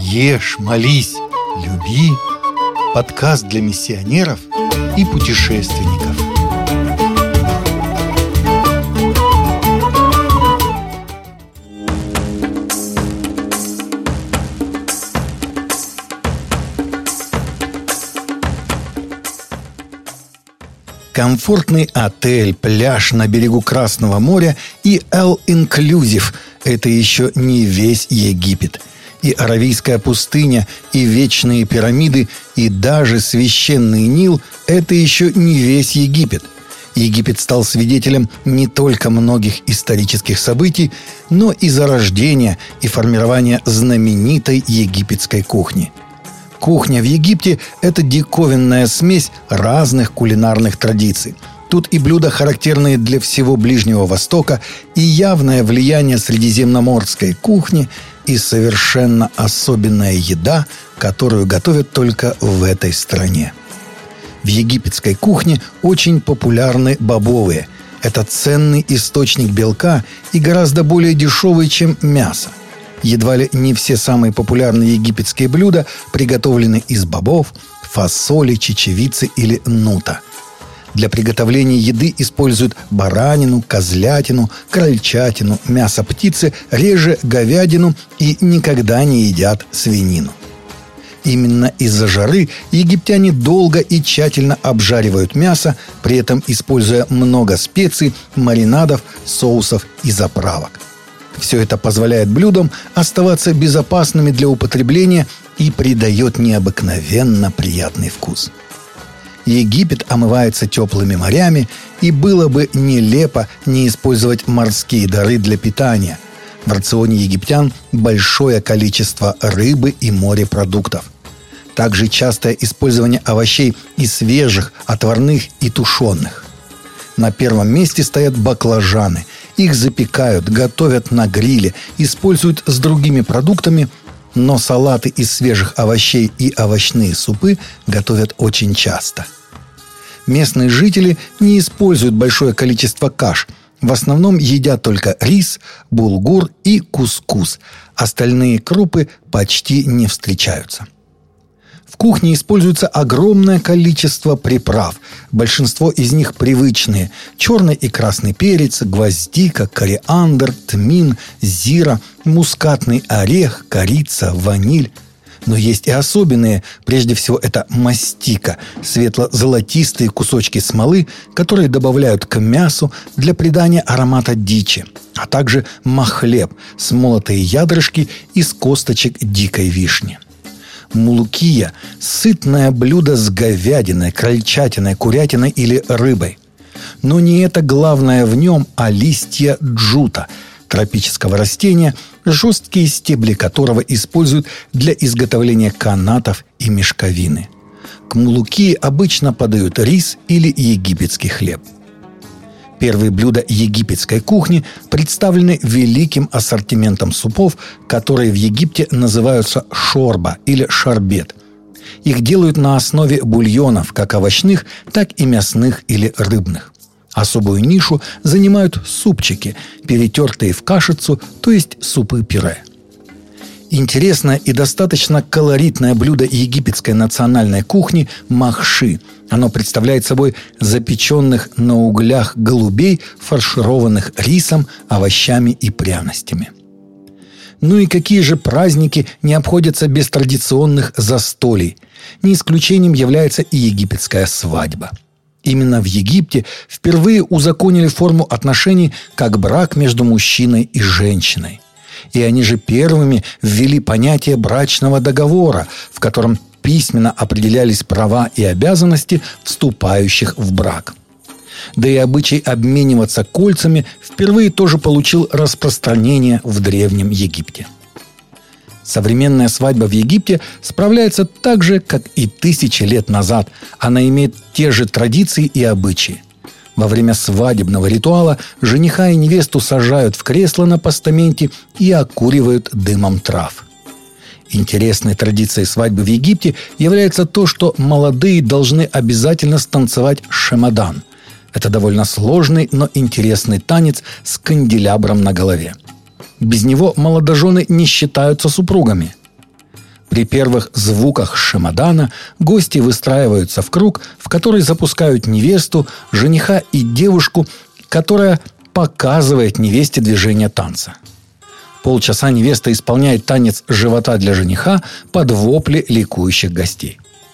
Ешь, молись, люби. Подкаст для миссионеров и путешественников. Комфортный отель, пляж на берегу Красного моря и all-inclusive – это еще не весь Египет. И Аравийская пустыня, и вечные пирамиды, и даже священный Нил – это еще не весь Египет. Египет стал свидетелем не только многих исторических событий, но и зарождения и формирования знаменитой египетской кухни. Кухня в Египте – это диковинная смесь разных кулинарных традиций. Тут и блюда, характерные для всего Ближнего Востока, и явное влияние средиземноморской кухни, и совершенно особенная еда, которую готовят только в этой стране. В египетской кухне очень популярны бобовые. Это ценный источник белка и гораздо более дешевый, чем мясо. Едва ли не все самые популярные египетские блюда приготовлены из бобов, фасоли, чечевицы или нута. Для приготовления еды используют баранину, козлятину, крольчатину, мясо птицы, реже говядину и никогда не едят свинину. Именно из-за жары египтяне долго и тщательно обжаривают мясо, при этом используя много специй, маринадов, соусов и заправок. Все это позволяет блюдам оставаться безопасными для употребления и придает необыкновенно приятный вкус. Египет омывается теплыми морями, и было бы нелепо не использовать морские дары для питания. В рационе египтян большое количество рыбы и морепродуктов. Также частое использование овощей и свежих, отварных и тушеных. На первом месте стоят баклажаны. Их запекают, готовят на гриле, используют с другими продуктами, но салаты из свежих овощей и овощные супы готовят очень часто. Местные жители не используют большое количество каш. В основном едят только рис, булгур и кускус. Остальные крупы почти не встречаются. В кухне используется огромное количество приправ. Большинство из них привычные. Черный и красный перец, гвоздика, кориандр, тмин, зира, мускатный орех, корица, ваниль. Но есть и особенные. Прежде всего, это мастика – светло-золотистые кусочки смолы, которые добавляют к мясу для придания аромата дичи. А также махлеб – смолотые ядрышки из косточек дикой вишни. Мулукия – сытное блюдо с говядиной, крольчатиной, курятиной или рыбой. Но не это главное в нем, а листья джута – тропического растения, жесткие стебли которого используют для изготовления канатов и мешковины. К мулукии обычно подают рис или египетский хлеб. Первые блюда египетской кухни представлены великим ассортиментом супов, которые в Египте называются шорба или шарбет. Их делают на основе бульонов, как овощных, так и мясных или рыбных. Особую нишу занимают супчики, перетертые в кашицу, то есть супы-пюре. Интересное и достаточно колоритное блюдо египетской национальной кухни – махши. Оно представляет собой запеченных на углях голубей, фаршированных рисом, овощами и пряностями. Ну и какие же праздники не обходятся без традиционных застолий? Не исключением является и египетская свадьба. Именно в Египте впервые узаконили форму отношений как брак между мужчиной и женщиной. И они же первыми ввели понятие брачного договора, в котором письменно определялись права и обязанности вступающих в брак. Да и обычай обмениваться кольцами впервые тоже получил распространение в Древнем Египте. Современная свадьба в Египте справляется так же, как и тысячи лет назад. Она имеет те же традиции и обычаи. Во время свадебного ритуала жениха и невесту сажают в кресло на постаменте и окуривают дымом трав. Интересной традицией свадьбы в Египте является то, что молодые должны обязательно станцевать шемадан. Это довольно сложный, но интересный танец с канделябром на голове. Без него молодожены не считаются супругами. При первых звуках шамадана гости выстраиваются в круг, в который запускают невесту, жениха и девушку, которая показывает невесте движение танца. Полчаса невеста исполняет танец живота для жениха под вопли ликующих гостей.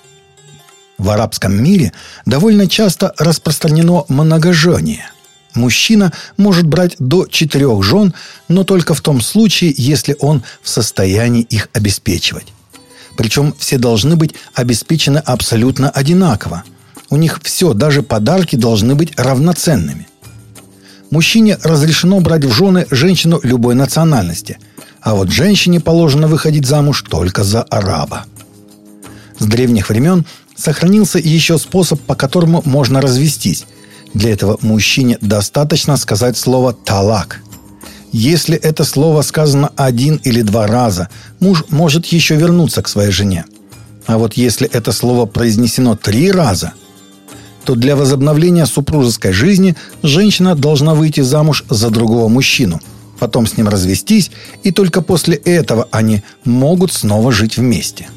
В арабском мире довольно часто распространено многожение. Мужчина может брать до 4 жен, но только в том случае, если он в состоянии их обеспечивать. Причем все должны быть обеспечены абсолютно одинаково. У них все, даже подарки, должны быть равноценными. Мужчине разрешено брать в жены женщину любой национальности, а вот женщине положено выходить замуж только за араба. С древних времен сохранился еще способ, по которому можно развестись. Для этого мужчине достаточно сказать слово «талак». Если это слово сказано 1 или 2 раза, муж может еще вернуться к своей жене. А вот если это слово произнесено 3 раза, то для возобновления супружеской жизни женщина должна выйти замуж за другого мужчину, потом с ним развестись, и только после этого они могут снова жить вместе.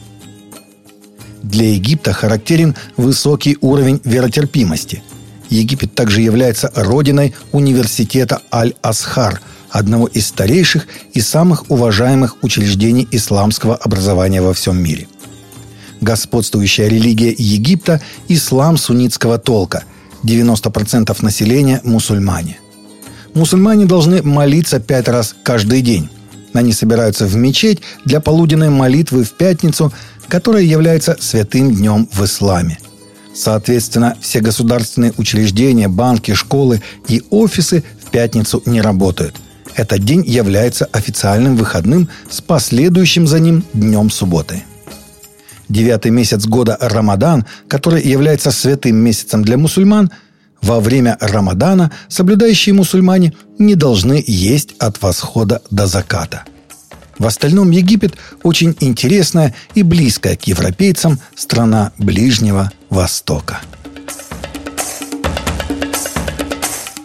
Для Египта характерен высокий уровень веротерпимости. Египет также является родиной университета Аль-Азхар, одного из старейших и самых уважаемых учреждений исламского образования во всем мире. Господствующая религия Египта – ислам суннитского толка. 90% населения – мусульмане. Мусульмане должны молиться 5 раз каждый день. Они собираются в мечеть для полуденной молитвы в пятницу, которая является святым днем в исламе. Соответственно, все государственные учреждения, банки, школы и офисы в пятницу не работают. Этот день является официальным выходным с последующим за ним днем субботы. 9-й месяц года Рамадан, который является святым месяцем для мусульман, во время Рамадана соблюдающие мусульмане не должны есть от восхода до заката. В остальном Египет очень интересная и близкая к европейцам страна Ближнего Востока.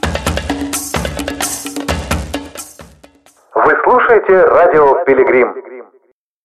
Вы слушаете радио «Пилигрим».